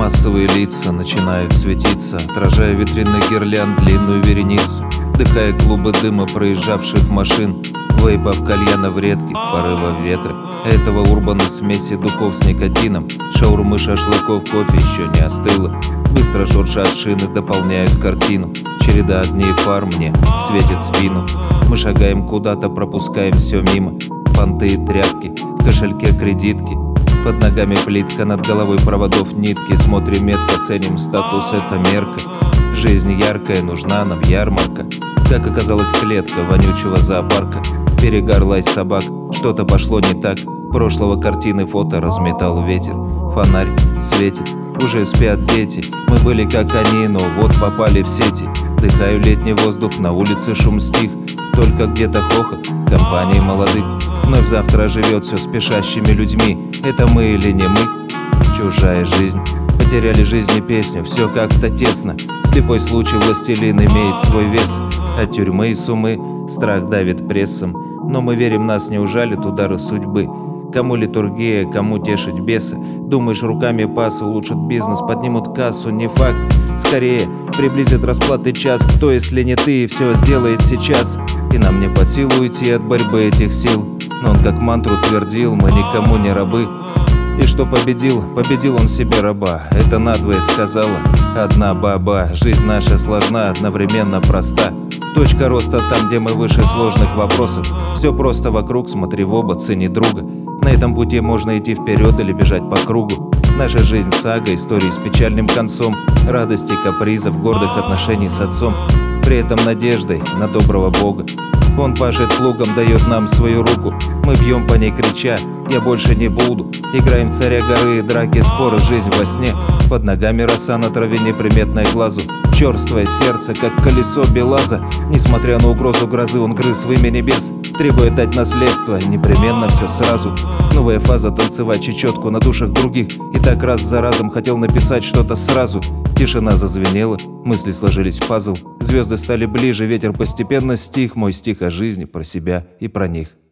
Массовые лица начинают светиться, отражая витринных гирлянд длинную вереницу. Вдыхая клубы дыма проезжавших машин, вейпов, кальянов редких, порывов ветра. Этого урбана смеси духов с никотином, шаурмы, шашлыков, кофе еще не остыло. Быстро шуршат шины, дополняют картину. Череда огней фар мне светит в спину. Мы шагаем куда-то, пропускаем все мимо. Понты и тряпки, в кошельке кредитки. Под ногами плитка, над головой проводов нитки. Смотрим метко, ценим статус, это мерка. Жизнь яркая, нужна нам ярмарка. Как оказалась клетка вонючего зоопарка. Перегар, лай собак, что-то пошло не так. Прошлого картины фото разметал ветер. Фонарь светит, уже спят дети. Мы были как они, но вот попали в сети. Вдыхаю летний воздух, на улице шум стих. Только где-то хохот компании молодых. Вновь завтра живет все спешащими людьми. Это мы или не мы? Чужая жизнь. Потеряли жизнь и песню, все как-то тесно. Слепой случай, властелин имеет свой вес. От тюрьмы и сумы страх давит прессом. Но мы верим, нас не ужалят удары судьбы. Кому литургия, кому тешить бесы. Думаешь, руками пасы улучшат бизнес, поднимут кассу, не факт. Скорее приблизит расплаты час. Кто, если не ты, все сделает сейчас. И нам не под силу уйти от борьбы этих сил. Но он как мантру твердил: мы никому не рабы. И что победил? Победил он себе раба. Это надвое сказала одна баба. Жизнь наша сложна, одновременно проста. Точка роста там, где мы выше сложных вопросов. Все просто вокруг, смотри в оба, цени друга. На этом пути можно идти вперед или бежать по кругу. Наша жизнь сага, истории с печальным концом. Радости, капризов, гордых отношений с отцом. При этом надеждой на доброго Бога. Он пашет плугом, дает нам свою руку. Мы бьем по ней, крича: я больше не буду. Играем в царя горы, драки, споры, жизнь во сне. Под ногами роса, на траве неприметной глазу. Черствое сердце, как колесо Белаза. Несмотря на угрозу грозы, он грыз в имя небес. Требует дать наследство, непременно все сразу. Новая фаза, танцевать чечетку на душах других. И так раз за разом хотел написать что-то сразу. Тишина зазвенела, мысли сложились в пазл. Звезды стали ближе, ветер постепенно стих. Мой стих о жизни, про себя и про них.